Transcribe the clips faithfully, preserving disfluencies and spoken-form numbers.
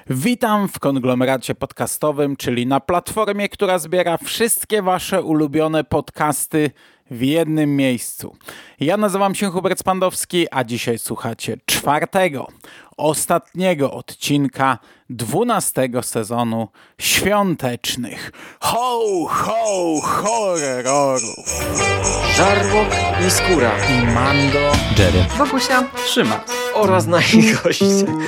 Witam w konglomeracie podcastowym, czyli na platformie, która zbiera wszystkie wasze ulubione podcasty w jednym miejscu. Ja nazywam się Hubert Spandowski, a dzisiaj słuchacie czwartego, ostatniego odcinka dwunastego sezonu świątecznych ho, ho, horrorów. Żarłok i Skóra I Mando, Jerry, Bogusia, Trzyma oraz nasi goście.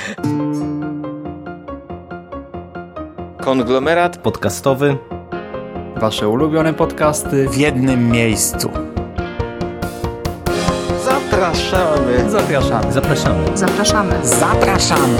Konglomerat podcastowy. wasze ulubione podcasty. w jednym miejscu. Zapraszamy. Zapraszamy. Zapraszamy. Zapraszamy. Zapraszamy!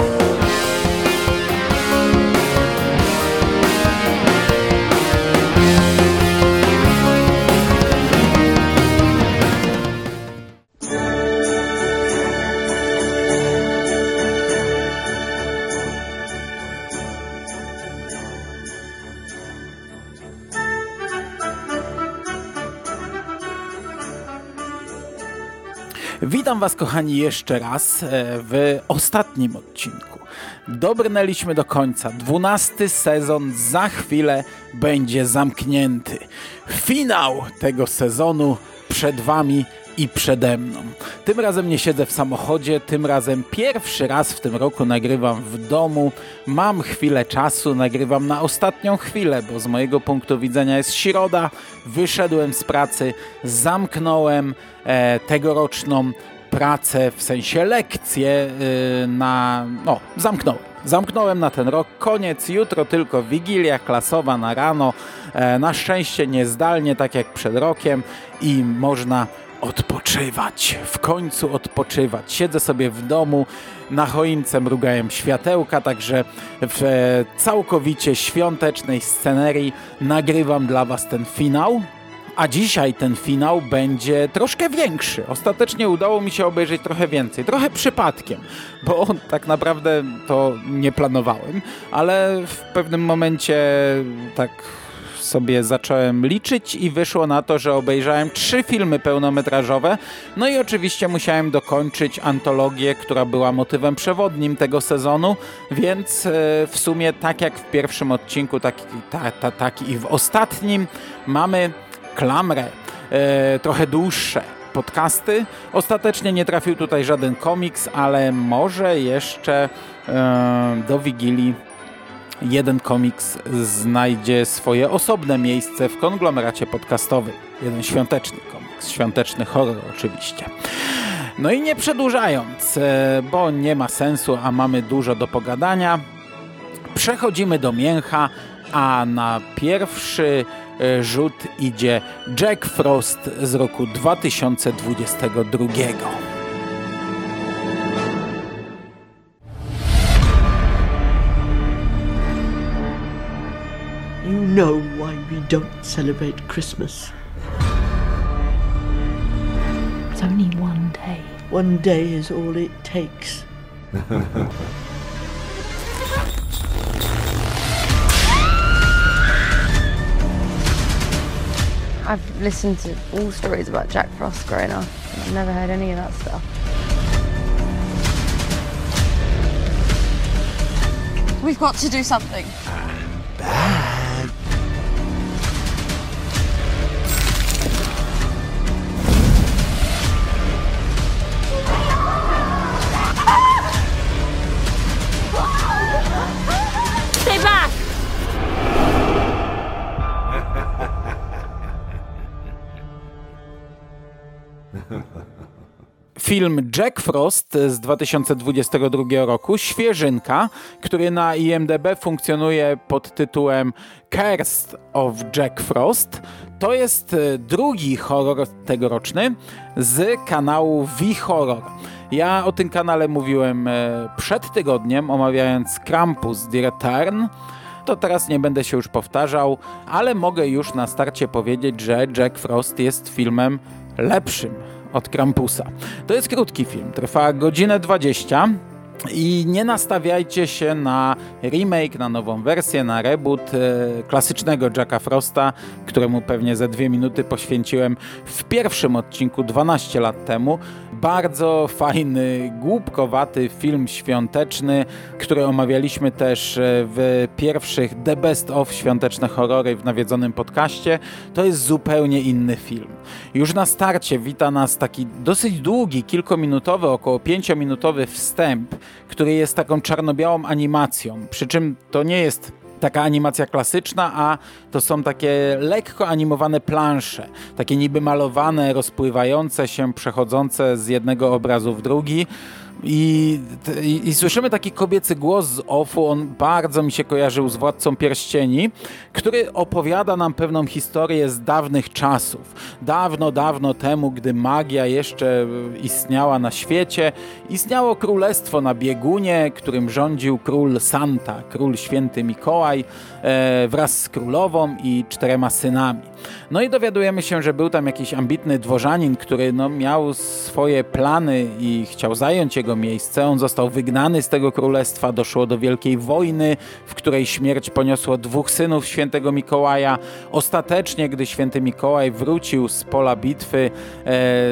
Witam was, kochani, jeszcze raz w ostatnim odcinku. Dobrnęliśmy do końca. Dwunasty sezon za chwilę będzie zamknięty. Finał tego sezonu przed wami i przede mną. Tym razem nie siedzę w samochodzie, tym razem pierwszy raz w tym roku nagrywam w domu. Mam chwilę czasu, nagrywam na ostatnią chwilę, bo z mojego punktu widzenia jest środa. Wyszedłem z pracy, zamknąłem e, tegoroczną pracę, w sensie lekcje e, na... no, zamknąłem. Zamknąłem na ten rok, koniec, jutro tylko wigilia klasowa na rano. E, na szczęście niezdalnie, tak jak przed rokiem i można odpoczywać, w końcu odpoczywać. Siedzę sobie w domu, na choince mrugają światełka, także w e, całkowicie świątecznej scenerii nagrywam dla was ten finał. A dzisiaj ten finał będzie troszkę większy. Ostatecznie udało mi się obejrzeć trochę więcej. Trochę przypadkiem, bo tak naprawdę to nie planowałem, ale w pewnym momencie tak sobie zacząłem liczyć i wyszło na to, że obejrzałem trzy filmy pełnometrażowe. No i oczywiście musiałem dokończyć antologię, która była motywem przewodnim tego sezonu, więc e, w sumie tak jak w pierwszym odcinku, tak, ta, ta, tak i w ostatnim mamy klamrę, e, trochę dłuższe podcasty. Ostatecznie nie trafił tutaj żaden komiks, ale może jeszcze e, do Wigilii jeden komiks znajdzie swoje osobne miejsce w konglomeracie podcastowym. Jeden świąteczny komiks, świąteczny horror oczywiście. No i nie przedłużając, bo nie ma sensu, a mamy dużo do pogadania, przechodzimy do mięcha, a na pierwszy rzut idzie Jack Frost z roku dwa tysiące dwudziestego drugiego. You know why we don't celebrate Christmas. It's only one day. One day is all it takes. I've listened to all stories about Jack Frost growing up. I've never heard any of that stuff. We've got to do something. Stay back! Film Jack Frost z dwa tysiące dwudziestego drugiego roku, świeżynka, który na I M D B funkcjonuje pod tytułem Curse of Jack Frost. To jest drugi horror tegoroczny z kanału V-Horror. Ja o tym kanale mówiłem przed tygodniem, omawiając Krampus The Return. To teraz nie będę się już powtarzał, ale mogę już na starcie powiedzieć, że Jack Frost jest filmem lepszym od Krampusa. To jest krótki film, trwa godzinę dwadzieścia. I nie nastawiajcie się na remake, na nową wersję, na reboot e, klasycznego Jacka Frosta, któremu pewnie ze dwie minuty poświęciłem w pierwszym odcinku dwanaście lat temu. Bardzo fajny, głupkowaty film świąteczny, który omawialiśmy też w pierwszych The Best of świąteczne horrory w nawiedzonym podcaście. To jest zupełnie inny film. Już na starcie wita nas taki dosyć długi, kilkuminutowy, około pięciominutowy wstęp, który jest taką czarno-białą animacją. Przy czym to nie jest taka animacja klasyczna, a to są takie lekko animowane plansze, takie niby malowane, rozpływające się, przechodzące z jednego obrazu w drugi. I, i, I słyszymy taki kobiecy głos z offu, on bardzo mi się kojarzył z Władcą Pierścieni, który opowiada nam pewną historię z dawnych czasów. Dawno, dawno temu, gdy magia jeszcze istniała na świecie, istniało królestwo na biegunie, którym rządził król Santa, król święty Mikołaj, e, wraz z królową i czterema synami. No i dowiadujemy się, że był tam jakiś ambitny dworzanin, który no, miał swoje plany i chciał zająć jego miejsce. On został wygnany z tego królestwa, doszło do wielkiej wojny, w której śmierć poniosło dwóch synów świętego Mikołaja. Ostatecznie, gdy święty Mikołaj wrócił z pola bitwy, e,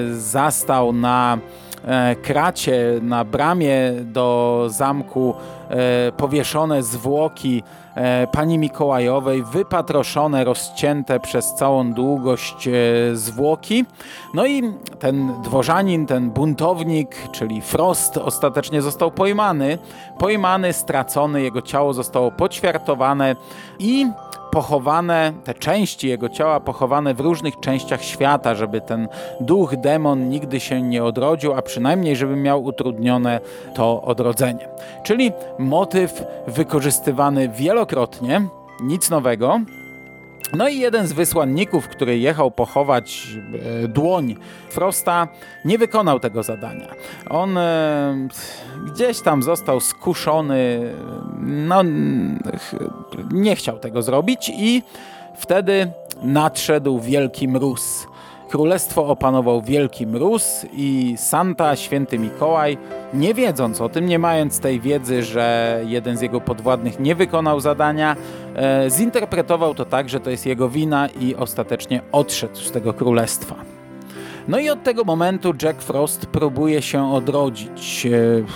zastał na e, kracie, na bramie do zamku e, powieszone zwłoki e, pani Mikołajowej, wypatroszone, rozcięte przez całą długość e, zwłoki. No i ten dworzanin, ten buntownik, czyli Frost, ostatecznie został pojmany, pojmany, stracony, jego ciało zostało poćwiartowane i pochowane, te części jego ciała pochowane w różnych częściach świata, żeby ten duch, demon nigdy się nie odrodził, a przynajmniej żeby miał utrudnione to odrodzenie. Czyli motyw wykorzystywany wielokrotnie, nic nowego. No i jeden z wysłanników, który jechał pochować e, dłoń Frosta, nie wykonał tego zadania. On e, gdzieś tam został skuszony, no ch, nie chciał tego zrobić i wtedy nadszedł wielki mróz. Królestwo opanował wielki mróz i Santa, święty Mikołaj, nie wiedząc o tym, nie mając tej wiedzy, że jeden z jego podwładnych nie wykonał zadania, e, zinterpretował to tak, że to jest jego wina i ostatecznie odszedł z tego królestwa. No i od tego momentu Jack Frost próbuje się odrodzić. E,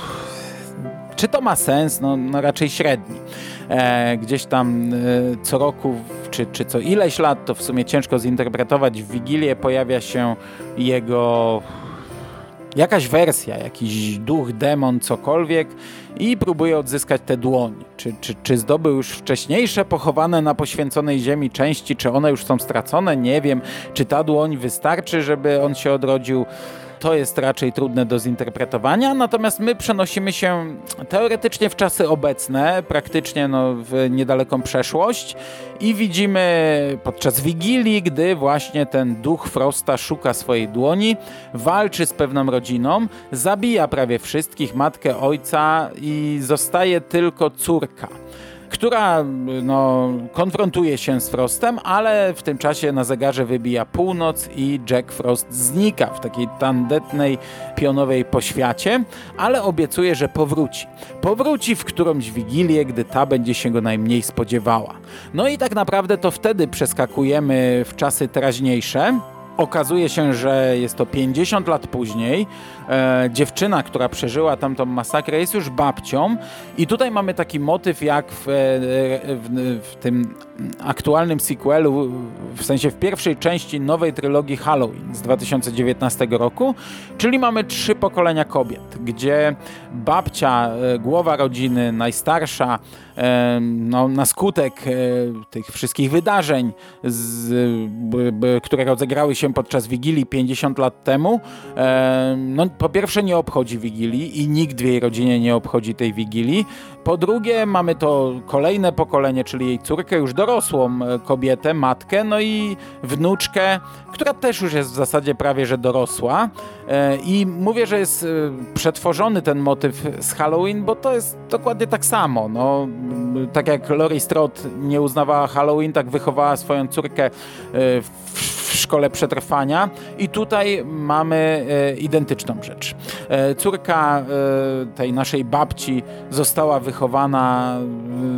czy to ma sens? No, no raczej średni. E, gdzieś tam e, co roku, czy, czy co ileś lat, to w sumie ciężko zinterpretować, w Wigilię pojawia się jego jakaś wersja, jakiś duch, demon, cokolwiek i próbuje odzyskać tę dłoń. Czy, czy, czy zdobył już wcześniejsze pochowane na poświęconej ziemi części, czy one już są stracone? Nie wiem. Czy ta dłoń wystarczy, żeby on się odrodził? To jest raczej trudne do zinterpretowania, natomiast my przenosimy się teoretycznie w czasy obecne, praktycznie no, w niedaleką przeszłość i widzimy podczas Wigilii, gdy właśnie ten duch Frosta szuka swojej dłoni, walczy z pewną rodziną, zabija prawie wszystkich, matkę, ojca i zostaje tylko córka, która no, konfrontuje się z Frostem, ale w tym czasie na zegarze wybija północ i Jack Frost znika w takiej tandetnej, pionowej poświacie, ale obiecuje, że powróci. Powróci w którąś Wigilię, gdy ta będzie się go najmniej spodziewała. No i tak naprawdę to wtedy przeskakujemy w czasy teraźniejsze. Okazuje się, że jest to pięćdziesiąt lat później. E, dziewczyna, która przeżyła tamtą masakrę, jest już babcią i tutaj mamy taki motyw jak w, w, w tym aktualnym sequelu, w sensie w pierwszej części nowej trylogii Halloween z dwa tysiące dziewiętnastego roku, czyli mamy trzy pokolenia kobiet, gdzie babcia, głowa rodziny, najstarsza, e, no, na skutek e, tych wszystkich wydarzeń, z, b, b, które rozegrały się podczas Wigilii pięćdziesiąt lat temu, e, no po pierwsze nie obchodzi Wigilii i nikt w jej rodzinie nie obchodzi tej Wigilii. Po drugie mamy to kolejne pokolenie, czyli jej córkę, już dorosłą kobietę, matkę, no i wnuczkę, która też już jest w zasadzie prawie że dorosła. E, I mówię, że jest przetworzony ten motyw z Halloween, bo to jest dokładnie tak samo. No, tak jak Laurie Strode nie uznawała Halloween, tak wychowała swoją córkę w szkole przetrwania i tutaj mamy e, identyczną rzecz. E, córka e, tej naszej babci została wychowana e,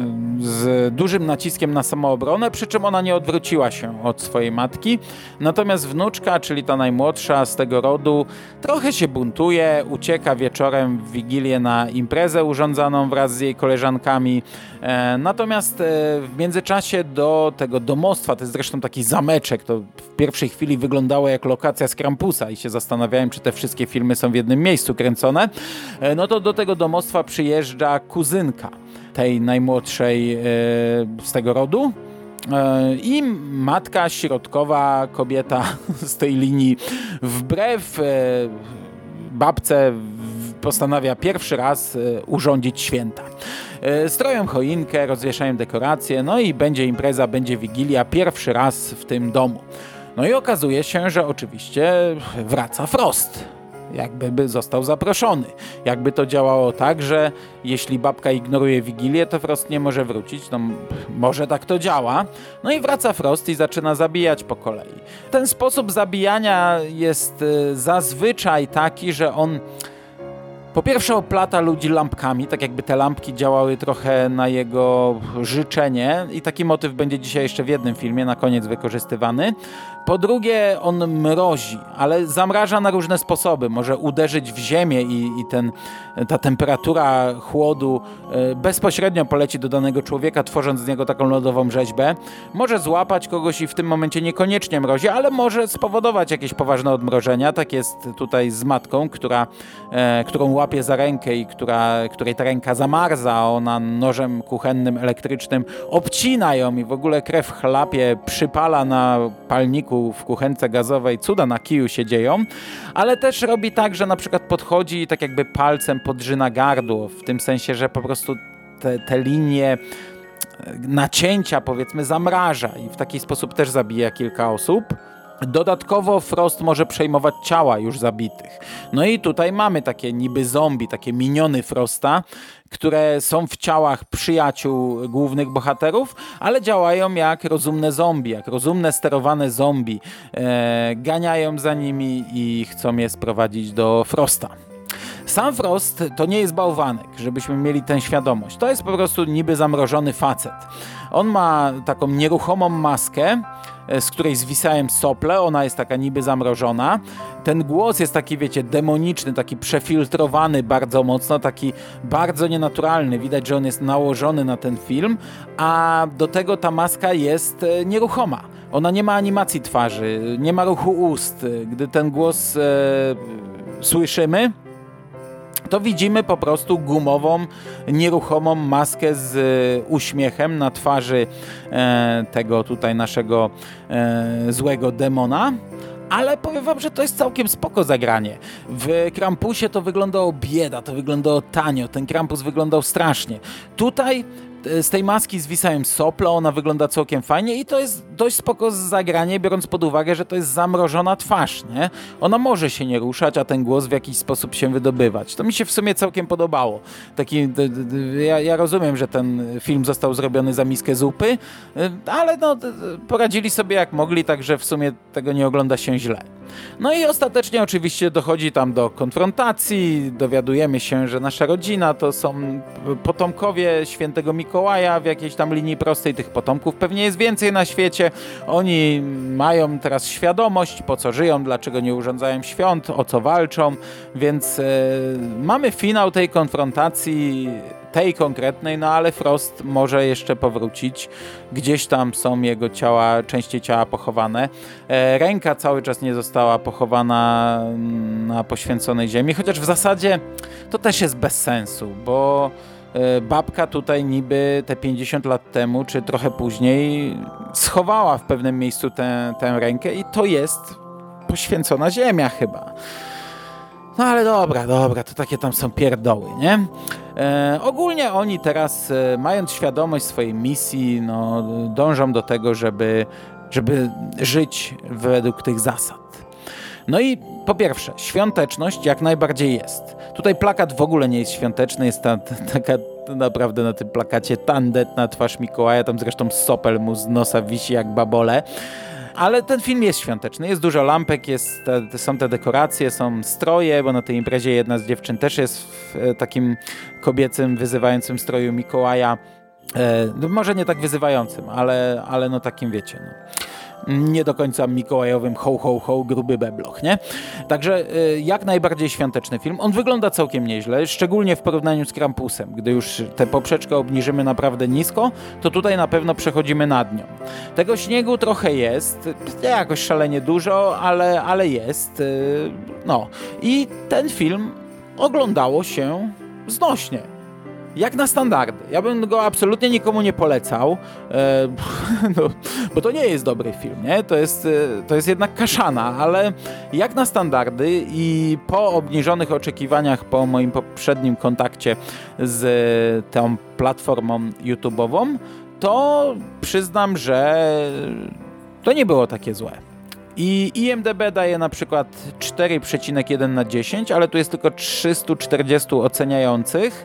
z dużym naciskiem na samoobronę, przy czym ona nie odwróciła się od swojej matki. Natomiast wnuczka, czyli ta najmłodsza z tego rodu, trochę się buntuje, ucieka wieczorem w Wigilię na imprezę urządzaną wraz z jej koleżankami. E, natomiast e, w międzyczasie do tego domostwa, to jest zresztą taki zameczek, to w pierwszej chwili wyglądało jak lokacja z Krampusa i się zastanawiałem, czy te wszystkie filmy są w jednym miejscu kręcone, e, no to do tego domostwa przyjeżdża kuzynka tej najmłodszej e, z tego rodu. I matka środkowa, kobieta z tej linii, wbrew babce postanawia pierwszy raz urządzić święta. Stroją choinkę, rozwieszają dekoracje, no i będzie impreza, będzie Wigilia pierwszy raz w tym domu. No i okazuje się, że oczywiście wraca Frost. Jakby by został zaproszony. Jakby to działało tak, że jeśli babka ignoruje Wigilię, to Frost nie może wrócić. No może tak to działa. No i wraca Frost i zaczyna zabijać po kolei. Ten sposób zabijania jest zazwyczaj taki, że on po pierwsze oplata ludzi lampkami, tak jakby te lampki działały trochę na jego życzenie i taki motyw będzie dzisiaj jeszcze w jednym filmie na koniec wykorzystywany. Po drugie on mrozi, ale zamraża na różne sposoby. Może uderzyć w ziemię i, i ten, ta temperatura chłodu y, bezpośrednio poleci do danego człowieka, tworząc z niego taką lodową rzeźbę. Może złapać kogoś i w tym momencie niekoniecznie mrozi, ale może spowodować jakieś poważne odmrożenia. Tak jest tutaj z matką, która, e, którą łapie za rękę i która, której ta ręka zamarza, a ona nożem kuchennym, elektrycznym obcina ją i w ogóle krew chlapie, przypala na palniku w kuchence gazowej, cuda na kiju się dzieją, ale też robi tak, że na przykład podchodzi i tak jakby palcem podrzyna gardło, w tym sensie, że po prostu te, te linie nacięcia, powiedzmy, zamraża i w taki sposób też zabija kilka osób. Dodatkowo Frost może przejmować ciała już zabitych. No i tutaj mamy takie niby zombie, takie miniony Frosta, które są w ciałach przyjaciół głównych bohaterów, ale działają jak rozumne zombie, jak rozumne sterowane zombie. E, ganiają za nimi i chcą je sprowadzić do Frosta. Sam Frost to nie jest bałwanek, żebyśmy mieli tę świadomość. To jest po prostu niby zamrożony facet. On ma taką nieruchomą maskę, z której zwisają sople, ona jest taka niby zamrożona. Ten głos jest taki, wiecie, demoniczny, taki przefiltrowany bardzo mocno, taki bardzo nienaturalny. Widać, że on jest nałożony na ten film, a do tego ta maska jest nieruchoma. Ona nie ma animacji twarzy, nie ma ruchu ust. Gdy ten głos e, słyszymy, to widzimy po prostu gumową, nieruchomą maskę z uśmiechem na twarzy e, tego tutaj naszego e, złego demona. Ale powiem wam, że to jest całkiem spoko zagranie. W Krampusie to wyglądało bieda, to wyglądało tanio, ten Krampus wyglądał strasznie. Tutaj z tej maski zwisają sople, ona wygląda całkiem fajnie i to jest dość spoko zagranie, biorąc pod uwagę, że to jest zamrożona twarz, nie? Ona może się nie ruszać, a ten głos w jakiś sposób się wydobywać. To mi się w sumie całkiem podobało. Taki, d, d, ja, ja rozumiem, że ten film został zrobiony za miskę zupy, ale no, poradzili sobie jak mogli, także w sumie tego nie ogląda się źle. No i ostatecznie oczywiście dochodzi tam do konfrontacji, dowiadujemy się, że nasza rodzina to są potomkowie świętego Mikołaja w jakiejś tam linii prostej, tych potomków pewnie jest więcej na świecie, oni mają teraz świadomość, po co żyją, dlaczego nie urządzają świąt, o co walczą, więc e, mamy finał tej konfrontacji, tej konkretnej, no ale Frost może jeszcze powrócić. Gdzieś tam są jego ciała, części ciała pochowane. E, ręka cały czas nie została pochowana na poświęconej ziemi, chociaż w zasadzie to też jest bez sensu, bo e, babka tutaj niby te pięćdziesiąt lat temu, czy trochę później schowała w pewnym miejscu tę, tę rękę i to jest poświęcona ziemia chyba. No ale dobra, dobra, to takie tam są pierdoły, nie? E, ogólnie oni teraz, e, mając świadomość swojej misji, no, dążą do tego, żeby, żeby żyć według tych zasad. No i po pierwsze, świąteczność jak najbardziej jest. Tutaj plakat w ogóle nie jest świąteczny, jest ta, ta, taka naprawdę na tym plakacie tandetna twarz Mikołaja, tam zresztą sopel mu z nosa wisi jak babole. Ale ten film jest świąteczny, jest dużo lampek, jest te, są te dekoracje, są stroje, bo na tej imprezie jedna z dziewczyn też jest w e, takim kobiecym, wyzywającym stroju Mikołaja. E, no może nie tak wyzywającym, ale, ale no takim wiecie, no. Nie do końca mikołajowym ho, ho, ho, gruby bebloch, nie? Także y, jak najbardziej świąteczny film. On wygląda całkiem nieźle, szczególnie w porównaniu z Krampusem. Gdy już tę poprzeczkę obniżymy naprawdę nisko, to tutaj na pewno przechodzimy nad nią. Tego śniegu trochę jest, nie jakoś szalenie dużo, ale, ale jest. Y, no. I ten film oglądało się znośnie. Jak na standardy. Ja bym go absolutnie nikomu nie polecał, e, no, bo to nie jest dobry film, nie? To jest, to jest jednak kaszana, ale jak na standardy i po obniżonych oczekiwaniach, po moim poprzednim kontakcie z tą platformą YouTube'ową, to przyznam, że to nie było takie złe. I I M D B daje na przykład cztery przecinek jeden na dziesięć, ale tu jest tylko trzysta czterdzieści oceniających.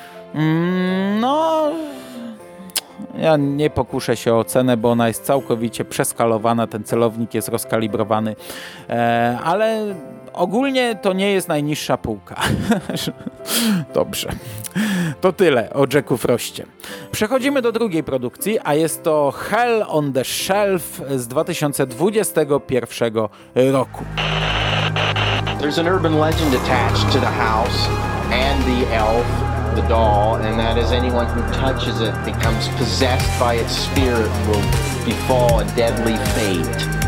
No, ja nie pokuszę się o ocenę, bo ona jest całkowicie przeskalowana, ten celownik jest rozkalibrowany, e, ale ogólnie to nie jest najniższa półka. Dobrze, to tyle o Jacku Froście. Przechodzimy do drugiej produkcji, a jest to Hell on the Shelf z dwa tysiące dwudziestego pierwszego roku. There's an urban legend attached to the house and the elf, the doll, and that is anyone who touches it becomes possessed by its spirit will befall a deadly fate.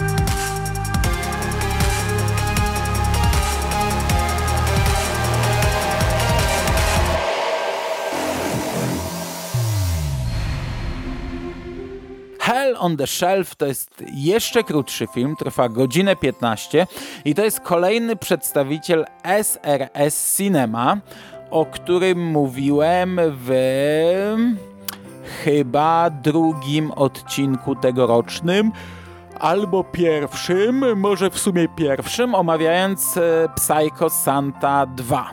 Hell on the Shelf to jest jeszcze krótszy film, trwa godzinę piętnaście i to jest kolejny przedstawiciel S R S Cinema, o którym mówiłem w chyba drugim odcinku tegorocznym, albo pierwszym, może w sumie pierwszym, omawiając Psycho Santa dwa.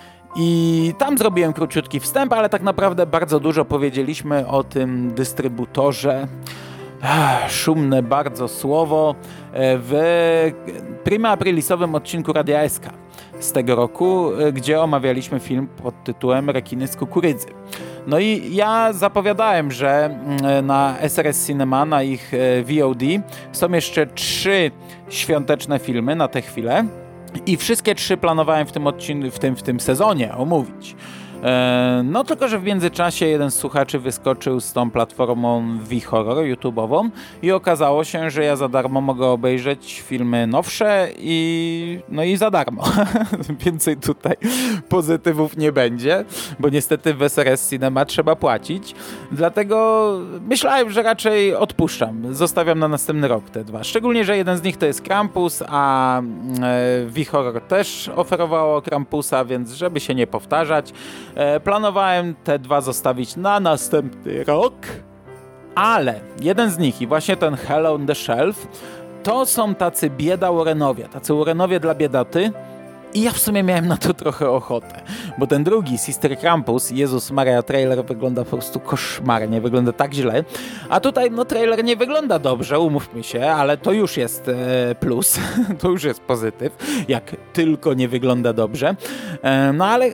I tam zrobiłem króciutki wstęp, ale tak naprawdę bardzo dużo powiedzieliśmy o tym dystrybutorze. Ach, szumne bardzo słowo w prima aprilisowym odcinku Radia S K z tego roku, gdzie omawialiśmy film pod tytułem Rekiny z kukurydzy. No i ja zapowiadałem, że na S R S Cinema, na ich V O D są jeszcze trzy świąteczne filmy na tę chwilę. I wszystkie trzy planowałem w tym odcinku, w tym, w tym sezonie omówić. E, no tylko, że w międzyczasie jeden z słuchaczy wyskoczył z tą platformą V-Horror YouTube'ową i okazało się, że ja za darmo mogę obejrzeć filmy nowsze i no i za darmo. Więcej tutaj pozytywów nie będzie, bo niestety w S R S Cinema trzeba płacić. Dlatego myślałem, że raczej odpuszczam. Zostawiam na następny rok te dwa. Szczególnie, że jeden z nich to jest Krampus, a e, V-Horror też oferowało Krampusa, więc żeby się nie powtarzać, e, planowałem te dwa zostawić na następny rok. Ale jeden z nich i właśnie ten Hell on the Shelf to są tacy bieda Warrenowie, tacy Warrenowie dla biedaty. I ja w sumie miałem na to trochę ochotę, bo ten drugi, Sister Krampus, Jezus Maria, trailer wygląda po prostu koszmarnie, wygląda tak źle, a tutaj no trailer nie wygląda dobrze, umówmy się, ale to już jest e, plus, to już jest pozytyw, jak tylko nie wygląda dobrze, e, no ale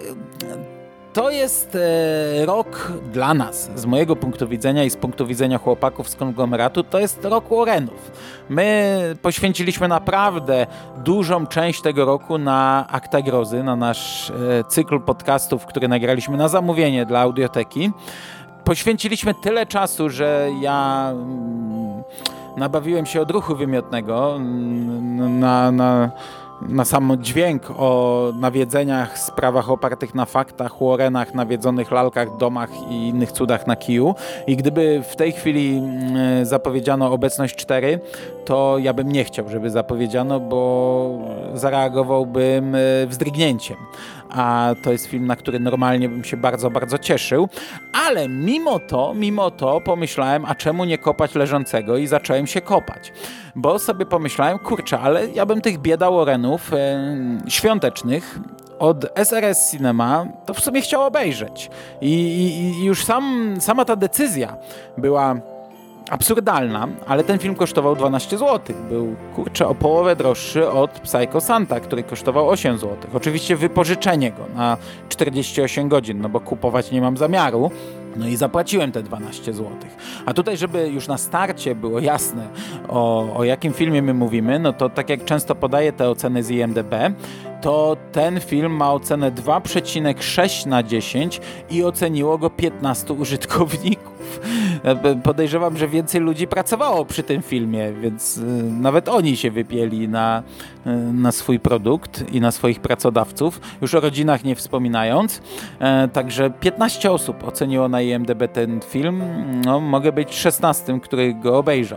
to jest e, rok dla nas, z mojego punktu widzenia i z punktu widzenia chłopaków z konglomeratu, to jest rok Warrenów. My poświęciliśmy naprawdę dużą część tego roku na Akta Grozy, na nasz e, cykl podcastów, który nagraliśmy na zamówienie dla Audioteki. Poświęciliśmy tyle czasu, że ja mm, nabawiłem się odruchu wymiotnego mm, na... na na sam dźwięk o nawiedzeniach, sprawach opartych na faktach, Warrenach, nawiedzonych lalkach, domach i innych cudach na kiju. I gdyby w tej chwili zapowiedziano obecność cztery, to ja bym nie chciał, żeby zapowiedziano, bo zareagowałbym wzdrygnięciem. A to jest film, na który normalnie bym się bardzo, bardzo cieszył. Ale mimo to, mimo to pomyślałem, a czemu nie kopać leżącego? I zacząłem się kopać. Bo sobie pomyślałem, kurczę, ale ja bym tych bieda Warrenów e, świątecznych od S R S Cinema to w sumie chciał obejrzeć. I, i, i już sam, sama ta decyzja była absurdalna, ale ten film kosztował dwanaście złotych. Był, kurczę, o połowę droższy od Psycho Santa, który kosztował osiem złotych. Oczywiście wypożyczenie go na czterdzieści osiem godzin, no bo kupować nie mam zamiaru. No i zapłaciłem te dwanaście złotych. A tutaj, żeby już na starcie było jasne, o, o jakim filmie my mówimy, no to tak jak często podaję te oceny z I M D B, to ten film ma ocenę dwa przecinek sześć na dziesięć i oceniło go piętnastu użytkowników. Podejrzewam, że więcej ludzi pracowało przy tym filmie, więc nawet oni się wypieli na, na swój produkt i na swoich pracodawców, już o rodzinach nie wspominając. Także piętnaście osób oceniło na I M D B ten film. No, mogę być szesnastym, który go obejrzał.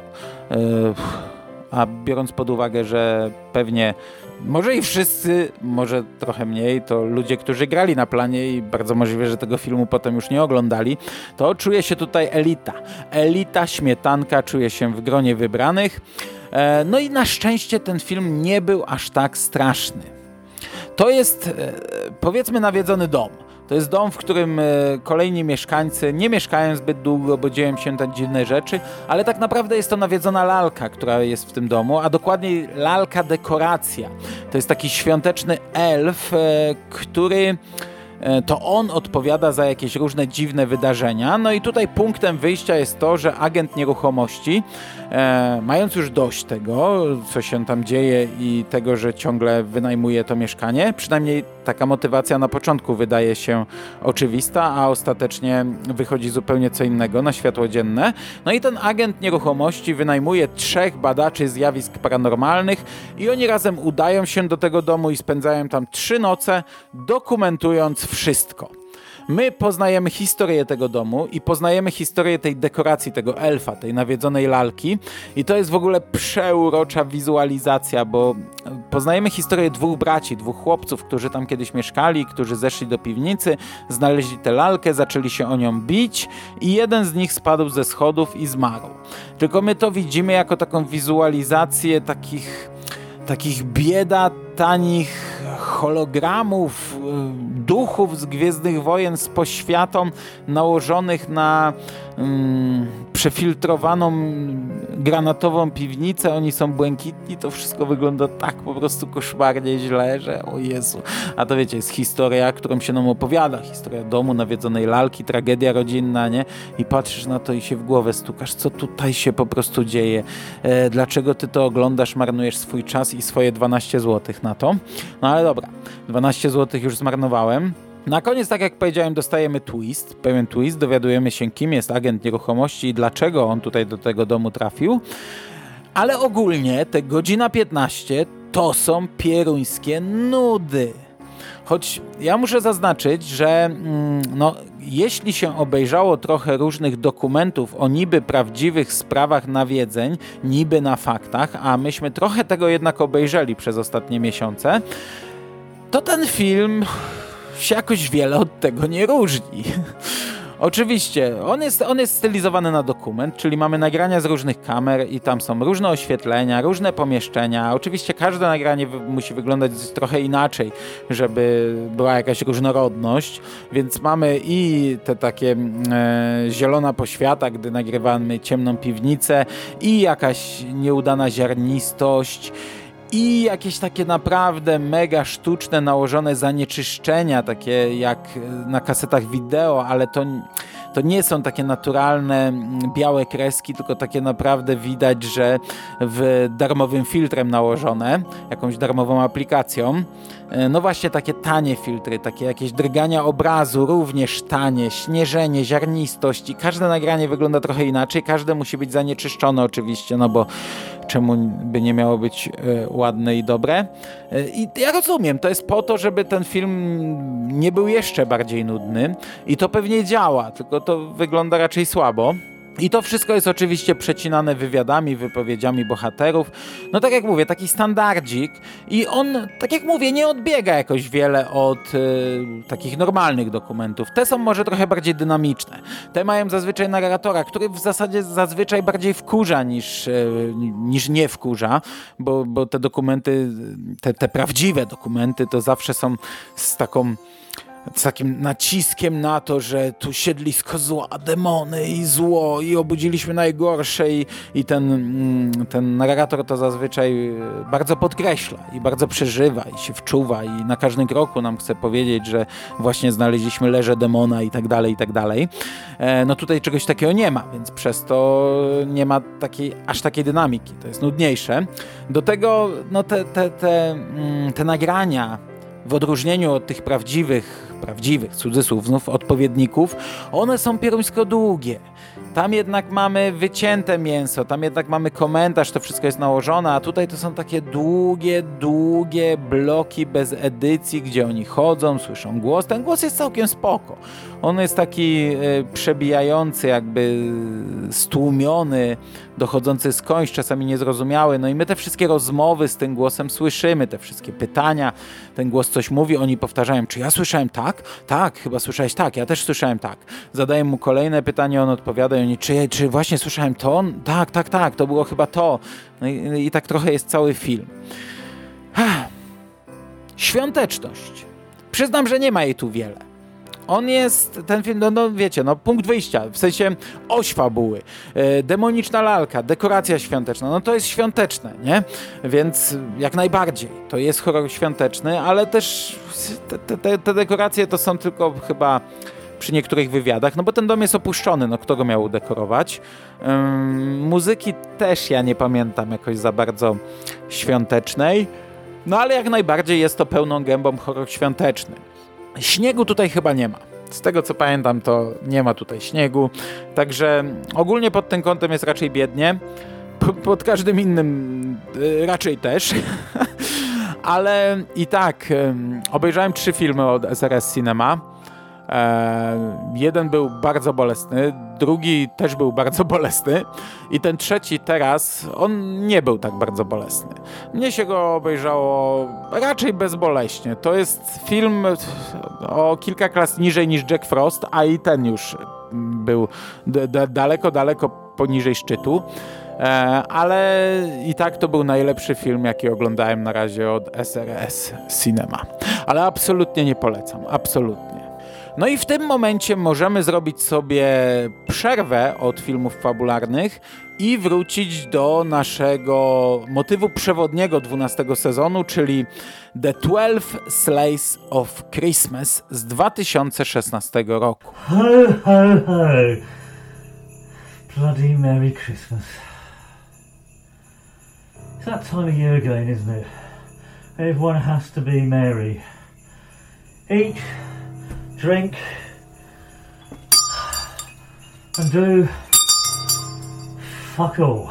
A biorąc pod uwagę, że pewnie może i wszyscy, może trochę mniej, to ludzie, którzy grali na planie i bardzo możliwe, że tego filmu potem już nie oglądali, to czuje się tutaj elita. Elita, śmietanka, czuje się w gronie wybranych. No i na szczęście ten film nie był aż tak straszny. To jest, powiedzmy, nawiedzony dom. To jest dom, w którym kolejni mieszkańcy nie mieszkają zbyt długo, bo dzieją się tam dziwne rzeczy, ale tak naprawdę jest to nawiedzona lalka, która jest w tym domu, a dokładniej lalka dekoracja. To jest taki świąteczny elf, który... to on odpowiada za jakieś różne dziwne wydarzenia. No i tutaj punktem wyjścia jest to, że agent nieruchomości, e, mając już dość tego, co się tam dzieje i tego, że ciągle wynajmuje to mieszkanie, przynajmniej taka motywacja na początku wydaje się oczywista, a ostatecznie wychodzi zupełnie co innego na światło dzienne. No i ten agent nieruchomości wynajmuje trzech badaczy zjawisk paranormalnych i oni razem udają się do tego domu i spędzają tam trzy noce, dokumentując wszystko. My poznajemy historię tego domu i poznajemy historię tej dekoracji, tego elfa, tej nawiedzonej lalki i to jest w ogóle przeurocza wizualizacja, bo poznajemy historię dwóch braci, dwóch chłopców, którzy tam kiedyś mieszkali, którzy zeszli do piwnicy, znaleźli tę lalkę, zaczęli się o nią bić i jeden z nich spadł ze schodów i zmarł. Tylko my to widzimy jako taką wizualizację takich, takich bieda, tanich hologramów, duchów z Gwiezdnych Wojen z poświatą nałożonych na mm, przefiltrowaną granatową piwnicę. Oni są błękitni, to wszystko wygląda tak po prostu koszmarnie źle, że o Jezu. A to wiecie, jest historia, którą się nam opowiada. Historia domu, nawiedzonej lalki, tragedia rodzinna, nie? I patrzysz na to i się w głowę stukasz, co tutaj się po prostu dzieje. E, dlaczego ty to oglądasz, marnujesz swój czas i swoje dwanaście złotych na to? No ale dobra, dwanaście złotych już zmarnowałem. Na koniec, tak jak powiedziałem, dostajemy twist, pewien twist, dowiadujemy się, kim jest agent nieruchomości i dlaczego on tutaj do tego domu trafił. Ale ogólnie te godzina piętnaście to są pieruńskie nudy. Choć ja muszę zaznaczyć, że mm, no, jeśli się obejrzało trochę różnych dokumentów o niby prawdziwych sprawach nawiedzeń, niby na faktach, a myśmy trochę tego jednak obejrzeli przez ostatnie miesiące, to ten film się jakoś wiele od tego nie różni. Oczywiście, on jest, on jest stylizowany na dokument, czyli mamy nagrania z różnych kamer i tam są różne oświetlenia, różne pomieszczenia. Oczywiście każde nagranie wy- musi wyglądać trochę inaczej, żeby była jakaś różnorodność, więc mamy i te takie e, zielona poświata, gdy nagrywamy ciemną piwnicę i jakaś nieudana ziarnistość, i jakieś takie naprawdę mega sztuczne, nałożone zanieczyszczenia, takie jak na kasetach wideo, ale to, to nie są takie naturalne białe kreski, tylko takie naprawdę widać, że w darmowym filtrem nałożone, jakąś darmową aplikacją. No właśnie takie tanie filtry, takie jakieś drgania obrazu, również tanie, śnieżenie, ziarnistość i każde nagranie wygląda trochę inaczej, każde musi być zanieczyszczone oczywiście, no bo czemu by nie miało być e, ładne i dobre. E, I ja rozumiem, to jest po to, żeby ten film nie był jeszcze bardziej nudny i to pewnie działa, tylko to wygląda raczej słabo. I to wszystko jest oczywiście przecinane wywiadami, wypowiedziami bohaterów. No tak jak mówię, taki standardzik i on, tak jak mówię, nie odbiega jakoś wiele od y, takich normalnych dokumentów. Te są może trochę bardziej dynamiczne. Te mają zazwyczaj narratora, który w zasadzie zazwyczaj bardziej wkurza niż, y, niż nie wkurza, bo, bo te dokumenty, te, te prawdziwe dokumenty to zawsze są z taką z takim naciskiem na to, że tu siedlisko zła, demony i zło i obudziliśmy najgorsze i, i ten, ten narrator to zazwyczaj bardzo podkreśla i bardzo przeżywa i się wczuwa i na każdym kroku nam chce powiedzieć, że właśnie znaleźliśmy leże demona i tak dalej, i tak dalej. No tutaj czegoś takiego nie ma, więc przez to nie ma takiej, aż takiej dynamiki. To jest nudniejsze. Do tego no te, te, te, te nagrania w odróżnieniu od tych prawdziwych, prawdziwych, cudzysłów, znów odpowiedników, one są pieruńsko długie. Tam jednak mamy wycięte mięso, tam jednak mamy komentarz, to wszystko jest nałożone, a tutaj to są takie długie, długie bloki bez edycji, gdzie oni chodzą, słyszą głos. Ten głos jest całkiem spoko. On jest taki y, przebijający, jakby stłumiony, dochodzący skądś, czasami niezrozumiały. No i my te wszystkie rozmowy z tym głosem słyszymy, te wszystkie pytania. Ten głos coś mówi, oni powtarzają, czy ja słyszałem tak? Tak, chyba słyszałeś tak, ja też słyszałem tak. Zadaję mu kolejne pytanie, on odpowiada i oni, czy, czy właśnie słyszałem to? Tak, tak, tak, to było chyba to. No i, i tak trochę jest cały film. Świąteczność. Przyznam, że nie ma jej tu wiele. On jest, ten film, no, no wiecie, no punkt wyjścia, w sensie oś fabuły, e, demoniczna lalka, dekoracja świąteczna, no to jest świąteczne, nie? Więc jak najbardziej, to jest horror świąteczny, ale też te, te, te dekoracje to są tylko chyba przy niektórych wywiadach, no bo ten dom jest opuszczony, no kto go miał udekorować? Ym, muzyki też ja nie pamiętam jakoś za bardzo świątecznej, no ale jak najbardziej jest to pełną gębą horror świąteczny. Śniegu tutaj chyba nie ma. Z tego co pamiętam, to nie ma tutaj śniegu. Także ogólnie pod tym kątem jest raczej biednie. P- pod każdym innym y, raczej też. Ale i tak y, obejrzałem trzy filmy od S R S Cinema. E, jeden był bardzo bolesny, drugi też był bardzo bolesny i ten trzeci teraz, on nie był tak bardzo bolesny. Mnie się go obejrzało raczej bezboleśnie. To jest film o kilka klas niżej niż Jack Frost, a i ten już był d- d- daleko, daleko poniżej szczytu. E, ale i tak to był najlepszy film, jaki oglądałem na razie od S R S Cinema. Ale absolutnie nie polecam, absolutnie. No i w tym momencie możemy zrobić sobie przerwę od filmów fabularnych i wrócić do naszego motywu przewodniego dwunastego sezonu, czyli The Twelve Slaves of Christmas z dwa tysiące szesnastego roku. Ho, ho, ho. Bloody Merry Christmas. It's that time of year again, isn't it? Everyone has to be merry. Eat, drink, and do fuck all.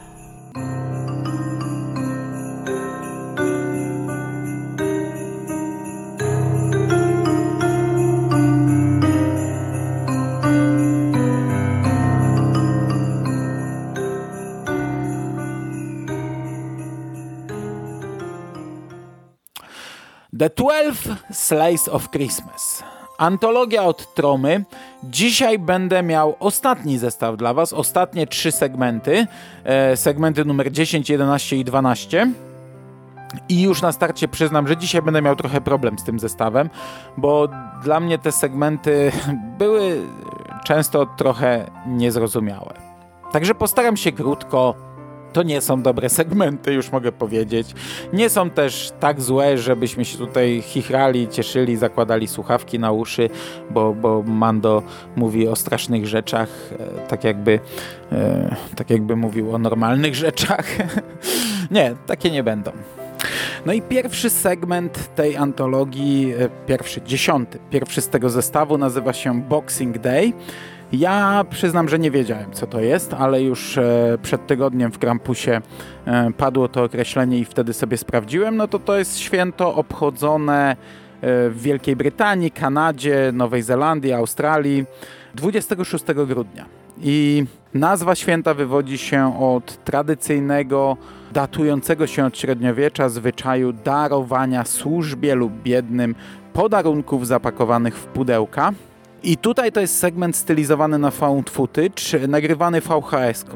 The Twelve Slaves of Christmas. Antologia od Tromy. Dzisiaj będę miał ostatni zestaw dla was, ostatnie trzy segmenty. E, segmenty numer dziesięć, jedenaście i dwanaście. I już na starcie przyznam, że dzisiaj będę miał trochę problem z tym zestawem, bo dla mnie te segmenty były często trochę niezrozumiałe. Także postaram się krótko. To nie są dobre segmenty, już mogę powiedzieć. Nie są też tak złe, żebyśmy się tutaj chichrali, cieszyli, zakładali słuchawki na uszy, bo, bo Mando mówi o strasznych rzeczach, e, tak jakby e, tak jakby mówił o normalnych rzeczach. Nie, takie nie będą. No i pierwszy segment tej antologii, e, pierwszy, dziesiąty, pierwszy z tego zestawu nazywa się Boxing Day. Ja przyznam, że nie wiedziałem, co to jest, ale już e, przed tygodniem w Krampusie e, padło to określenie i wtedy sobie sprawdziłem. No to to jest święto obchodzone e, w Wielkiej Brytanii, Kanadzie, Nowej Zelandii, Australii dwudziestego szóstego grudnia. I nazwa święta wywodzi się od tradycyjnego, datującego się od średniowiecza zwyczaju darowania służbie lub biednym podarunków zapakowanych w pudełka. I tutaj to jest segment stylizowany na found footage, nagrywany V H S-ką.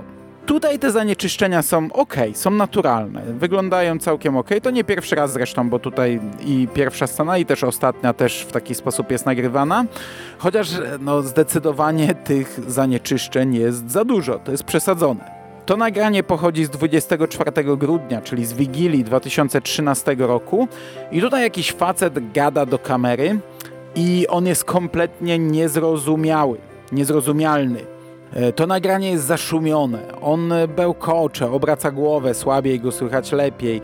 Tutaj te zanieczyszczenia są ok, są naturalne, wyglądają całkiem ok. To nie pierwszy raz zresztą, bo tutaj i pierwsza scena i też ostatnia też w taki sposób jest nagrywana. Chociaż no, zdecydowanie tych zanieczyszczeń jest za dużo, to jest przesadzone. To nagranie pochodzi z dwudziestego czwartego grudnia, czyli z Wigilii dwa tysiące trzynastego roku i tutaj jakiś facet gada do kamery i on jest kompletnie niezrozumiały, niezrozumialny. To nagranie jest zaszumione, on bełkocze, obraca głowę, słabiej go słychać, lepiej.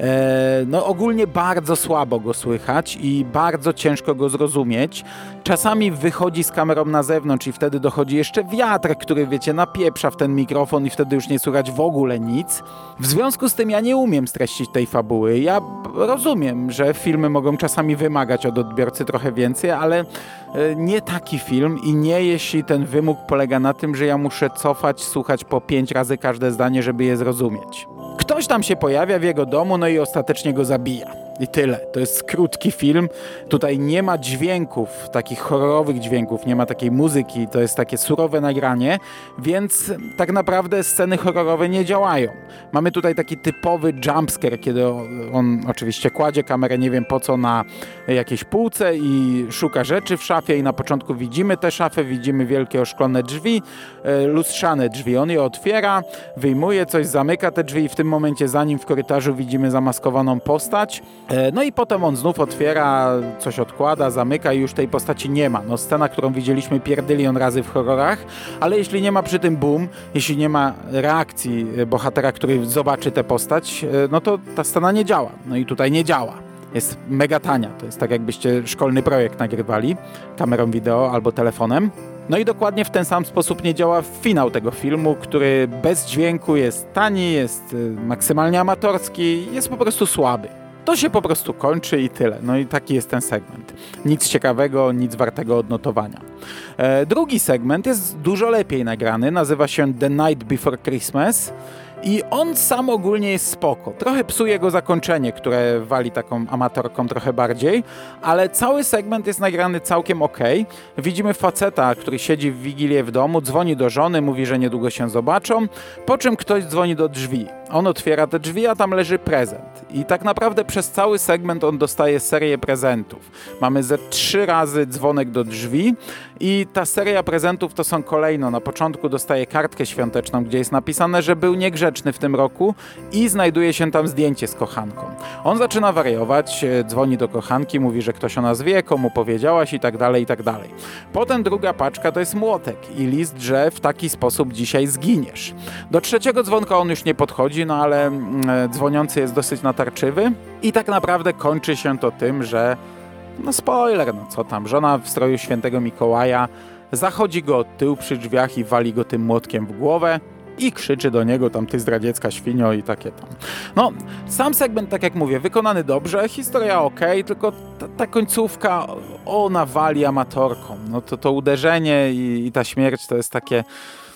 No ogólnie bardzo słabo go słychać i bardzo ciężko go zrozumieć. Czasami wychodzi z kamerą na zewnątrz i wtedy dochodzi jeszcze wiatr, który, wiecie, napieprza w ten mikrofon i wtedy już nie słychać w ogóle nic. W związku z tym ja nie umiem streścić tej fabuły. Ja rozumiem, że filmy mogą czasami wymagać od odbiorcy trochę więcej, ale nie taki film i nie jeśli ten wymóg polega na tym, że ja muszę cofać, słuchać po pięć razy każde zdanie, żeby je zrozumieć. Ktoś tam się pojawia w jego domu, no i ostatecznie go zabija. I tyle. To jest krótki film. Tutaj nie ma dźwięków, takich horrorowych dźwięków, nie ma takiej muzyki, to jest takie surowe nagranie, więc tak naprawdę sceny horrorowe nie działają. Mamy tutaj taki typowy jumpscare, kiedy on oczywiście kładzie kamerę, nie wiem po co, na jakiejś półce i szuka rzeczy w szafie i na początku widzimy tę szafę, widzimy wielkie oszklone drzwi, lustrzane drzwi. On je otwiera, wyjmuje coś, zamyka te drzwi i w tym momencie za nim w korytarzu widzimy zamaskowaną postać. No i potem on znów otwiera, coś odkłada, zamyka i już tej postaci nie ma. No scena, którą widzieliśmy pierdylion razy w horrorach, ale jeśli nie ma przy tym boom, jeśli nie ma reakcji bohatera, który zobaczy tę postać, no to ta scena nie działa. No i tutaj nie działa. Jest mega tania. To jest tak, jakbyście szkolny projekt nagrywali kamerą wideo albo telefonem. No i dokładnie w ten sam sposób nie działa finał tego filmu, który bez dźwięku jest tani, jest maksymalnie amatorski, jest po prostu słaby. To się po prostu kończy i tyle. No i taki jest ten segment. Nic ciekawego, nic wartego odnotowania. E, drugi segment jest dużo lepiej nagrany. Nazywa się The Night Before Christmas. I on sam ogólnie jest spoko. Trochę psuje go zakończenie, które wali taką amatorką trochę bardziej, ale cały segment jest nagrany całkiem okej. Widzimy faceta, który siedzi w Wigilię w domu, dzwoni do żony, mówi, że niedługo się zobaczą, po czym ktoś dzwoni do drzwi. On otwiera te drzwi, a tam leży prezent. I tak naprawdę przez cały segment on dostaje serię prezentów. Mamy ze trzy razy dzwonek do drzwi i ta seria prezentów to są kolejno. Na początku dostaje kartkę świąteczną, gdzie jest napisane, że był niegrzeczny w tym roku i znajduje się tam zdjęcie z kochanką. On zaczyna wariować, dzwoni do kochanki, mówi, że ktoś o nas wie, komu powiedziałaś i tak dalej, i tak dalej. Potem druga paczka to jest młotek i list, że w taki sposób dzisiaj zginiesz. Do trzeciego dzwonka on już nie podchodzi, no ale mm, dzwoniący jest dosyć natarczywy i tak naprawdę kończy się to tym, że no spoiler, no co tam, żona w stroju świętego Mikołaja zachodzi go od tyłu przy drzwiach i wali go tym młotkiem w głowę i krzyczy do niego tam, ty zdradziecka świnio i takie tam. No, sam segment, tak jak mówię, wykonany dobrze, historia okej, okay, tylko ta, ta końcówka, ona wali amatorką. No to to uderzenie i, i ta śmierć to jest takie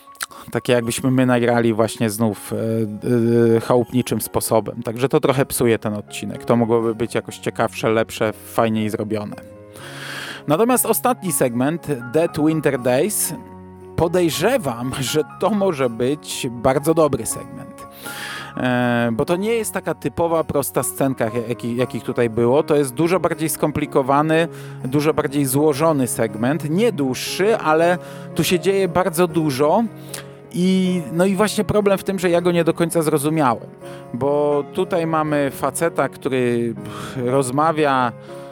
takie jakbyśmy my nagrali właśnie znów e, e, chałupniczym sposobem. Także to trochę psuje ten odcinek. To mogłoby być jakoś ciekawsze, lepsze, fajniej zrobione. Natomiast ostatni segment, Dead Winter Days, podejrzewam, że to może być bardzo dobry segment. E, bo to nie jest taka typowa, prosta scenka, jakich, jakich tutaj było. To jest dużo bardziej skomplikowany, dużo bardziej złożony segment. Nie dłuższy, ale tu się dzieje bardzo dużo. I, no i właśnie problem w tym, że ja go nie do końca zrozumiałem. Bo tutaj mamy faceta, który rozmawia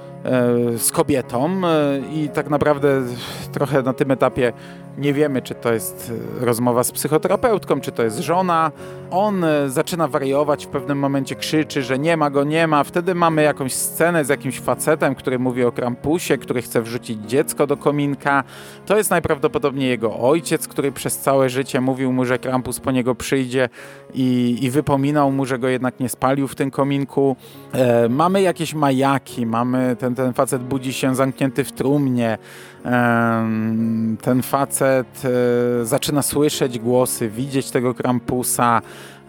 e, z kobietą e, i tak naprawdę trochę na tym etapie nie wiemy, czy to jest rozmowa z psychoterapeutką, czy to jest żona. On zaczyna wariować, w pewnym momencie krzyczy, że nie ma go, nie ma. Wtedy mamy jakąś scenę z jakimś facetem, który mówi o Krampusie, który chce wrzucić dziecko do kominka. To jest najprawdopodobniej jego ojciec, który przez całe życie mówił mu, że Krampus po niego przyjdzie i, i wypominał mu, że go jednak nie spalił w tym kominku. E, mamy jakieś majaki, mamy ten, ten facet budzi się zamknięty w trumnie. E, ten facet e, zaczyna słyszeć głosy, widzieć tego Krampusa.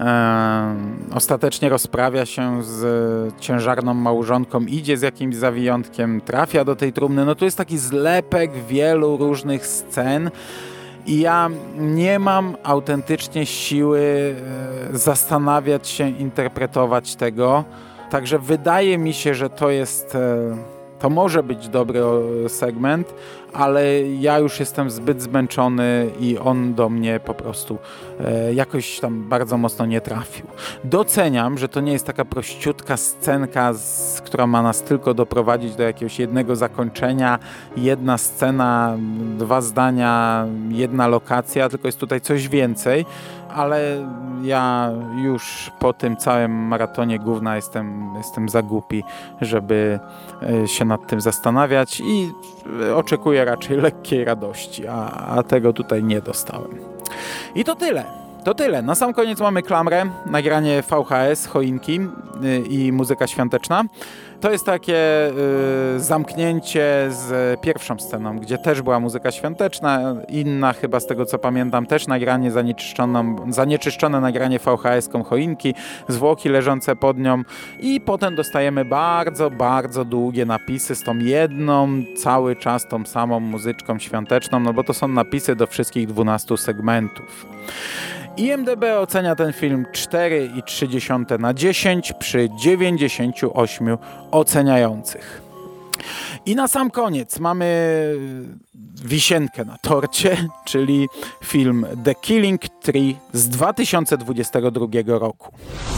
E, ostatecznie rozprawia się z ciężarną małżonką, idzie z jakimś zawijątkiem, trafia do tej trumny. No tu jest taki zlepek wielu różnych scen I ja nie mam autentycznie siły e, zastanawiać się, interpretować tego. Także wydaje mi się, że to jest, e, to może być dobry segment, ale ja już jestem zbyt zmęczony i on do mnie po prostu e, jakoś tam bardzo mocno nie trafił. Doceniam, że to nie jest taka prościutka scenka, z, która ma nas tylko doprowadzić do jakiegoś jednego zakończenia, jedna scena, dwa zdania, jedna lokacja, tylko jest tutaj coś więcej, ale ja już po tym całym maratonie gówna jestem, jestem za głupi, żeby się nad tym zastanawiać i oczekuję raczej lekkiej radości, a, a tego tutaj nie dostałem. I to tyle. To tyle. Na sam koniec mamy klamrę, nagranie V H S, choinki yy, i muzyka świąteczna. To jest takie yy, zamknięcie z pierwszą sceną, gdzie też była muzyka świąteczna, inna chyba z tego co pamiętam, też nagranie zanieczyszczone nagranie V H S-ką choinki, zwłoki leżące pod nią i potem dostajemy bardzo, bardzo długie napisy z tą jedną, cały czas tą samą muzyczką świąteczną, no bo to są napisy do wszystkich dwunastu segmentów. I M D B ocenia ten film cztery przecinek trzy na dziesięć przy dziewięćdziesięciu ośmiu oceniających. I na sam koniec mamy wisienkę na torcie, czyli film The Killing Tree z dwa tysiące dwudziestego drugiego roku.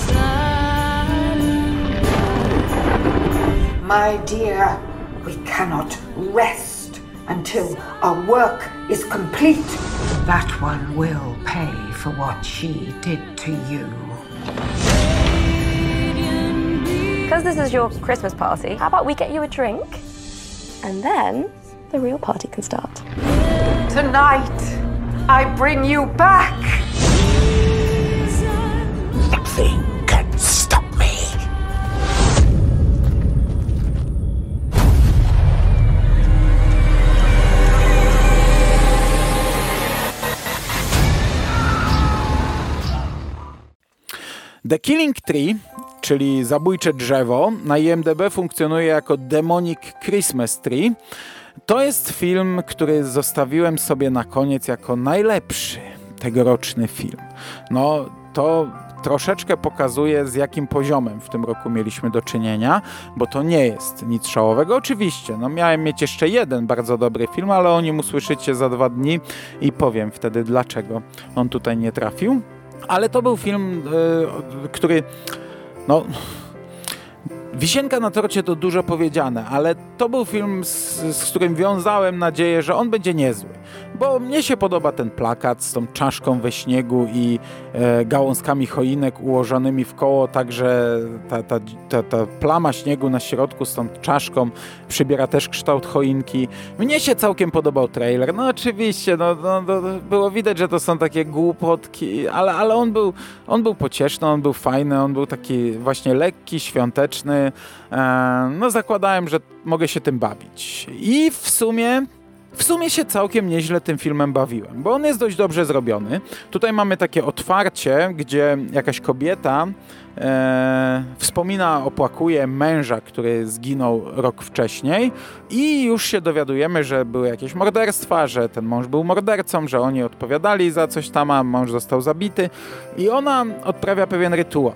My dear, we cannot rest until our work is complete. That one will pay for what she did to you. Because this is your Christmas party, how about we get you a drink? And then the real party can start. Tonight, I bring you back. Nothing can stop me. The Killing Tree, czyli zabójcze drzewo, na I M D B funkcjonuje jako Demonic Christmas Tree. To jest film, który zostawiłem sobie na koniec jako najlepszy tegoroczny film. No, to troszeczkę pokazuje, z jakim poziomem w tym roku mieliśmy do czynienia, bo to nie jest nic szałowego. Oczywiście, no miałem mieć jeszcze jeden bardzo dobry film, ale o nim usłyszycie za dwa dni i powiem wtedy, dlaczego on tutaj nie trafił. Ale to był film, yy, który, no, wisienka na torcie to dużo powiedziane, ale to był film, z, z którym wiązałem nadzieję, że on będzie niezły. Bo mnie się podoba ten plakat z tą czaszką we śniegu i e, gałązkami choinek ułożonymi w koło, także ta, ta, ta, ta plama śniegu na środku z tą czaszką przybiera też kształt choinki. Mnie się całkiem podobał trailer. No oczywiście, no, no, no, było widać, że to są takie głupotki, ale, ale on był, on był pocieszny, on był fajny, on był taki właśnie lekki, świąteczny. E, no zakładałem, że mogę się tym bawić. I w sumie W sumie się całkiem nieźle tym filmem bawiłem, bo on jest dość dobrze zrobiony. Tutaj mamy takie otwarcie, gdzie jakaś kobieta e, wspomina, opłakuje męża, który zginął rok wcześniej i już się dowiadujemy, że były jakieś morderstwa, że ten mąż był mordercą, że oni odpowiadali za coś tam, a mąż został zabity i ona odprawia pewien rytuał.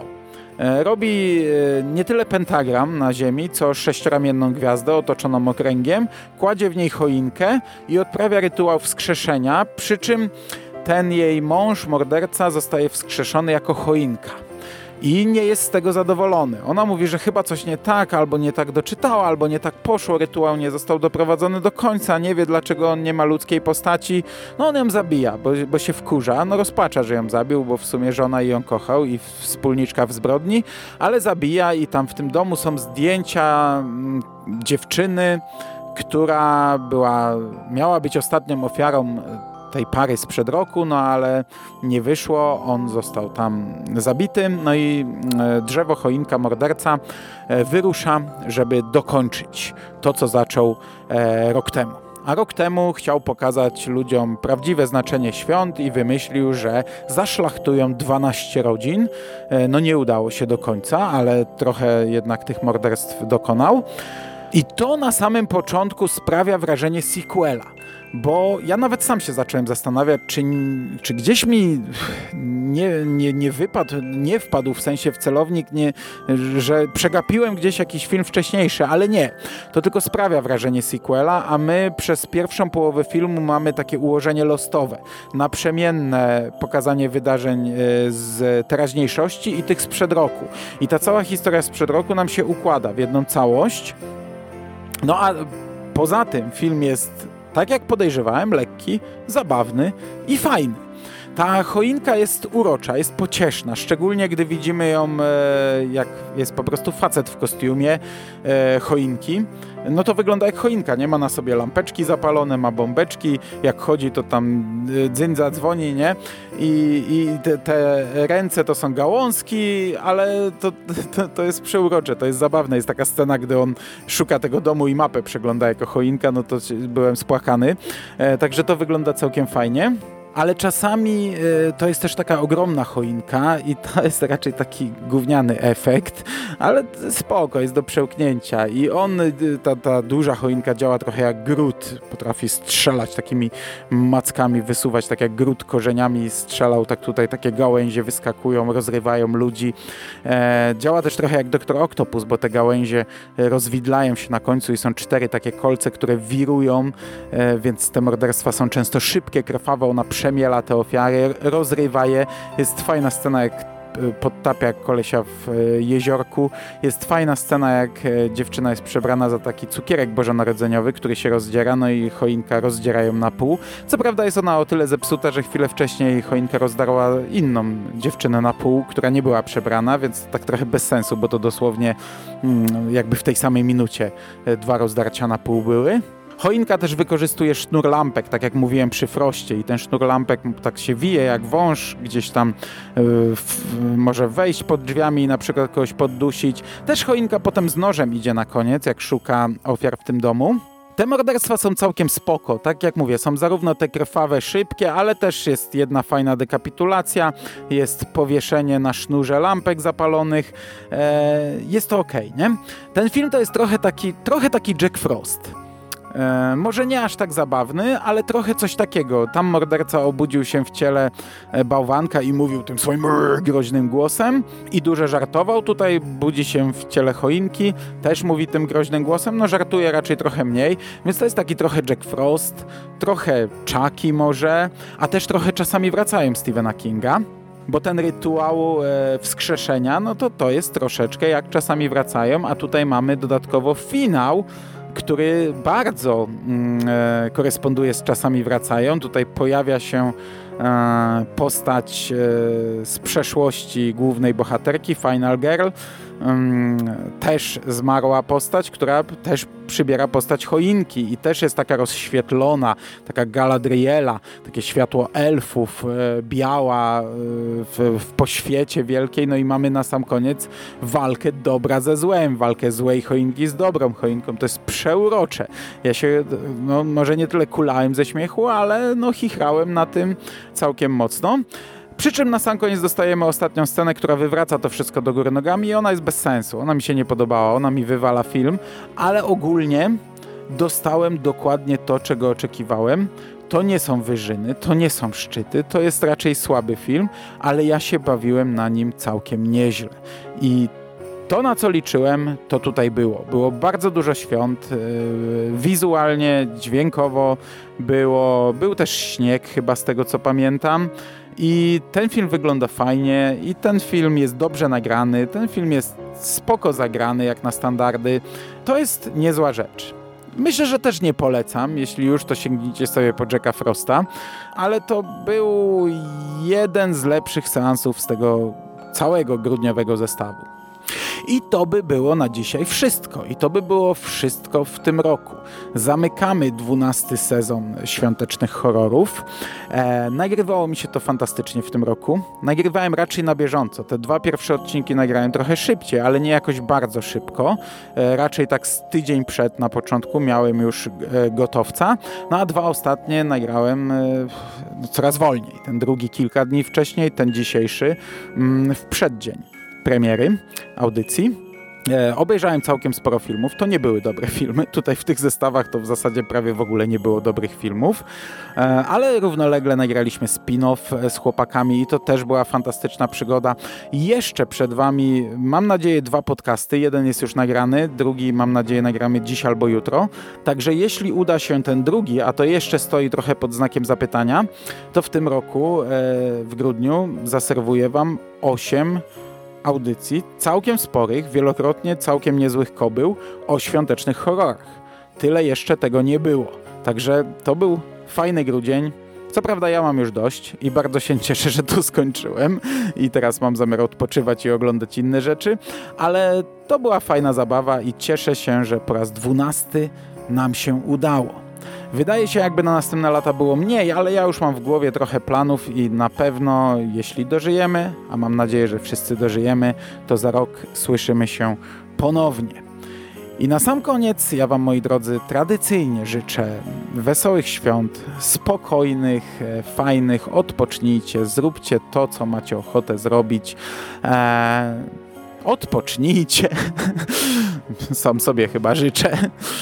Robi nie tyle pentagram na ziemi, co sześcioramienną gwiazdę otoczoną okręgiem, kładzie w niej choinkę i odprawia rytuał wskrzeszenia, przy czym ten jej mąż, morderca, zostaje wskrzeszony jako choinka. I nie jest z tego zadowolony. Ona mówi, że chyba coś nie tak, albo nie tak doczytała, albo nie tak poszło, rytuał nie został doprowadzony do końca, nie wie dlaczego on nie ma ludzkiej postaci. No on ją zabija, bo, bo się wkurza, no rozpacza, że ją zabił, bo w sumie żona i ją kochał i wspólniczka w zbrodni, ale zabija i tam w tym domu są zdjęcia m, dziewczyny, która była, miała być ostatnią ofiarą tej pary sprzed roku, no ale nie wyszło, on został tam zabity, no i drzewo, choinka, morderca wyrusza, żeby dokończyć to, co zaczął rok temu. A rok temu chciał pokazać ludziom prawdziwe znaczenie świąt i wymyślił, że zaszlachtują dwanaście rodzin. No nie udało się do końca, ale trochę jednak tych morderstw dokonał. I to na samym początku sprawia wrażenie sequela. bo ja nawet sam się zacząłem zastanawiać, czy, czy gdzieś mi nie, nie, nie wypadł, nie wpadł w sensie w celownik, nie, że przegapiłem gdzieś jakiś film wcześniejszy, ale nie. To tylko sprawia wrażenie sequela, a my przez pierwszą połowę filmu mamy takie ułożenie lostowe, naprzemienne pokazanie wydarzeń z teraźniejszości i tych sprzed roku. I ta cała historia sprzed roku nam się układa w jedną całość. No a poza tym film jest, tak jak podejrzewałem, lekki, zabawny i fajny. Ta choinka jest urocza, jest pocieszna, szczególnie gdy widzimy ją, e, jak jest po prostu facet w kostiumie e, choinki. No to wygląda jak choinka, nie? Ma na sobie lampeczki zapalone, ma bombeczki, jak chodzi to tam dzyndza dzwoni, nie? I, i te, te ręce to są gałązki, ale to, to, to jest przeurocze, to jest zabawne. Jest taka scena, gdy on szuka tego domu i mapę przegląda jako choinka, no to byłem spłakany. E, także to wygląda całkiem fajnie. Ale czasami y, to jest też taka ogromna choinka i to jest raczej taki gówniany efekt, ale spoko, jest do przełknięcia i on, y, ta, ta duża choinka działa trochę jak Groot, potrafi strzelać takimi mackami, wysuwać tak jak Groot korzeniami strzelał, tak tutaj takie gałęzie wyskakują, rozrywają ludzi. E, działa też trochę jak doktor Octopus, bo te gałęzie rozwidlają się na końcu i są cztery takie kolce, które wirują, e, więc te morderstwa są często szybkie, krwawe, ona przemiela te ofiary, rozrywa je. Jest fajna scena, jak podtapia kolesia w jeziorku. Jest fajna scena, jak dziewczyna jest przebrana za taki cukierek bożonarodzeniowy, który się rozdziera, no i choinka rozdziera ją na pół. Co prawda jest ona o tyle zepsuta, że chwilę wcześniej choinka rozdarła inną dziewczynę na pół, która nie była przebrana, więc tak trochę bez sensu, bo to dosłownie mm, jakby w tej samej minucie dwa rozdarcia na pół były. Choinka też wykorzystuje sznur lampek, tak jak mówiłem przy Froście, i ten sznur lampek tak się wije jak wąż, gdzieś tam yy, w, może wejść pod drzwiami i na przykład kogoś poddusić. Też choinka potem z nożem idzie na koniec, jak szuka ofiar w tym domu. Te morderstwa są całkiem spoko, tak jak mówię, są zarówno te krwawe, szybkie, ale też jest jedna fajna dekapitulacja, jest powieszenie na sznurze lampek zapalonych, eee, jest to okej, nie? Ten film to jest trochę taki, trochę taki Jack Frost. E, może nie aż tak zabawny, ale trochę coś takiego. Tam morderca obudził się w ciele bałwanka i mówił tym swoim groźnym głosem i dużo żartował. Tutaj budzi się w ciele choinki, też mówi tym groźnym głosem, no żartuje raczej trochę mniej, więc to jest taki trochę Jack Frost, trochę Chucky może, a też trochę czasami wracają Stephena Kinga. Bo ten rytuał e, wskrzeszenia, no to to jest troszeczkę jak czasami wracają, a tutaj mamy dodatkowo finał, który bardzo mm, e, koresponduje z czasami wracają. Tutaj pojawia się e, postać e, z przeszłości głównej bohaterki, Final Girl. Um, też zmarła postać, która też przybiera postać choinki i też jest taka rozświetlona, taka Galadriela, takie światło elfów, e, biała e, w, w poświecie wielkiej, no i mamy na sam koniec walkę dobra ze złem, walkę złej choinki z dobrą choinką. To jest przeurocze. Ja się, no może nie tyle kulałem ze śmiechu, ale no chichrałem na tym całkiem mocno. Przy czym na sam koniec dostajemy ostatnią scenę, która wywraca to wszystko do góry nogami i ona jest bez sensu. Ona mi się nie podobała, ona mi wywala film, ale ogólnie dostałem dokładnie to, czego oczekiwałem. To nie są wyżyny, to nie są szczyty, to jest raczej słaby film, ale ja się bawiłem na nim całkiem nieźle. I to, na co liczyłem, to tutaj było. Było bardzo dużo świąt, yy, wizualnie, dźwiękowo było, był też śnieg chyba z tego, co pamiętam. I ten film wygląda fajnie i ten film jest dobrze nagrany, ten film jest spoko zagrany jak na standardy. To jest niezła rzecz. Myślę, że też nie polecam, jeśli już to sięgnijcie sobie po Jacka Frosta, ale to był jeden z lepszych seansów z tego całego grudniowego zestawu. I to by było na dzisiaj wszystko. I to by było wszystko w tym roku. Zamykamy dwunasty sezon świątecznych horrorów. E, nagrywało mi się to fantastycznie w tym roku. Nagrywałem raczej na bieżąco. Te dwa pierwsze odcinki nagrałem trochę szybciej, ale nie jakoś bardzo szybko. E, raczej tak z tydzień przed na początku miałem już e, gotowca. No a dwa ostatnie nagrałem e, no, coraz wolniej. Ten drugi kilka dni wcześniej, ten dzisiejszy mm, w przeddzień premiery audycji. E, obejrzałem całkiem sporo filmów, to nie były dobre filmy, tutaj w tych zestawach to w zasadzie prawie w ogóle nie było dobrych filmów, e, ale równolegle nagraliśmy spin-off z chłopakami i to też była fantastyczna przygoda. Jeszcze przed wami, mam nadzieję, dwa podcasty, jeden jest już nagrany, drugi mam nadzieję nagramy dziś albo jutro, także jeśli uda się ten drugi, a to jeszcze stoi trochę pod znakiem zapytania, to w tym roku, e, w grudniu zaserwuję wam osiem audycji, całkiem sporych, wielokrotnie całkiem niezłych kobył o świątecznych horrorach. Tyle jeszcze tego nie było. Także to był fajny grudzień. Co prawda ja mam już dość i bardzo się cieszę, że to skończyłem i teraz mam zamiar odpoczywać i oglądać inne rzeczy, ale to była fajna zabawa i cieszę się, że po raz dwunasty nam się udało. Wydaje się, jakby na następne lata było mniej, ale ja już mam w głowie trochę planów i na pewno, jeśli dożyjemy, a mam nadzieję, że wszyscy dożyjemy, to za rok słyszymy się ponownie. I na sam koniec ja wam, moi drodzy, tradycyjnie życzę wesołych świąt, spokojnych, fajnych, odpocznijcie, zróbcie to, co macie ochotę zrobić. Eee, odpocznijcie. Sam sobie chyba życzę.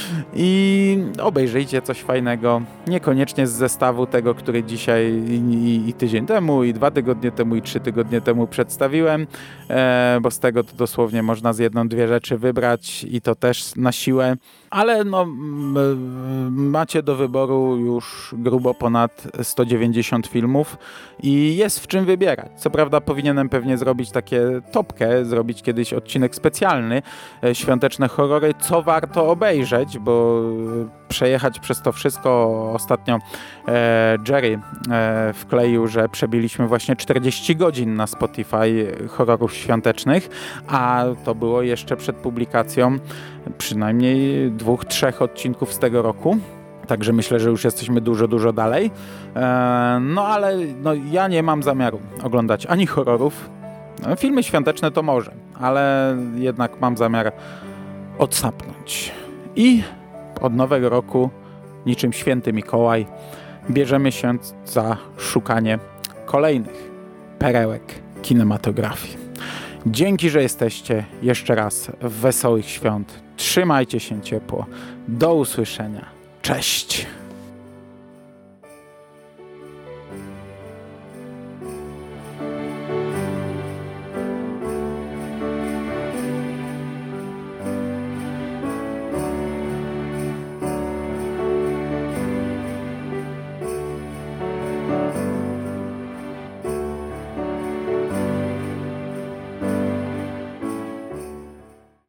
I obejrzyjcie coś fajnego. Niekoniecznie z zestawu tego, który dzisiaj i, i, i tydzień temu, i dwa tygodnie temu, i trzy tygodnie temu przedstawiłem, e, bo z tego to dosłownie można z jedną, dwie rzeczy wybrać i to też na siłę. Ale no, m, macie do wyboru już grubo ponad sto dziewięćdziesiąt filmów i jest w czym wybierać. Co prawda powinienem pewnie zrobić takie topkę, zrobić kiedyś odcinek specjalny, e, świąteczne horrory, co warto obejrzeć, bo przejechać przez to wszystko. Ostatnio e, Jerry e, wkleił, że przebiliśmy właśnie czterdzieści godzin na Spotify horrorów świątecznych, a to było jeszcze przed publikacją przynajmniej dwóch, trzech odcinków z tego roku. Także myślę, że już jesteśmy dużo, dużo dalej. E, no ale no, ja nie mam zamiaru oglądać ani horrorów. No, filmy świąteczne to może, ale jednak mam zamiar odsapnąć. I od nowego roku, niczym święty Mikołaj, bierzemy się za szukanie kolejnych perełek kinematografii. Dzięki, że jesteście. Jeszcze raz wesołych świąt. Trzymajcie się ciepło. Do usłyszenia. Cześć!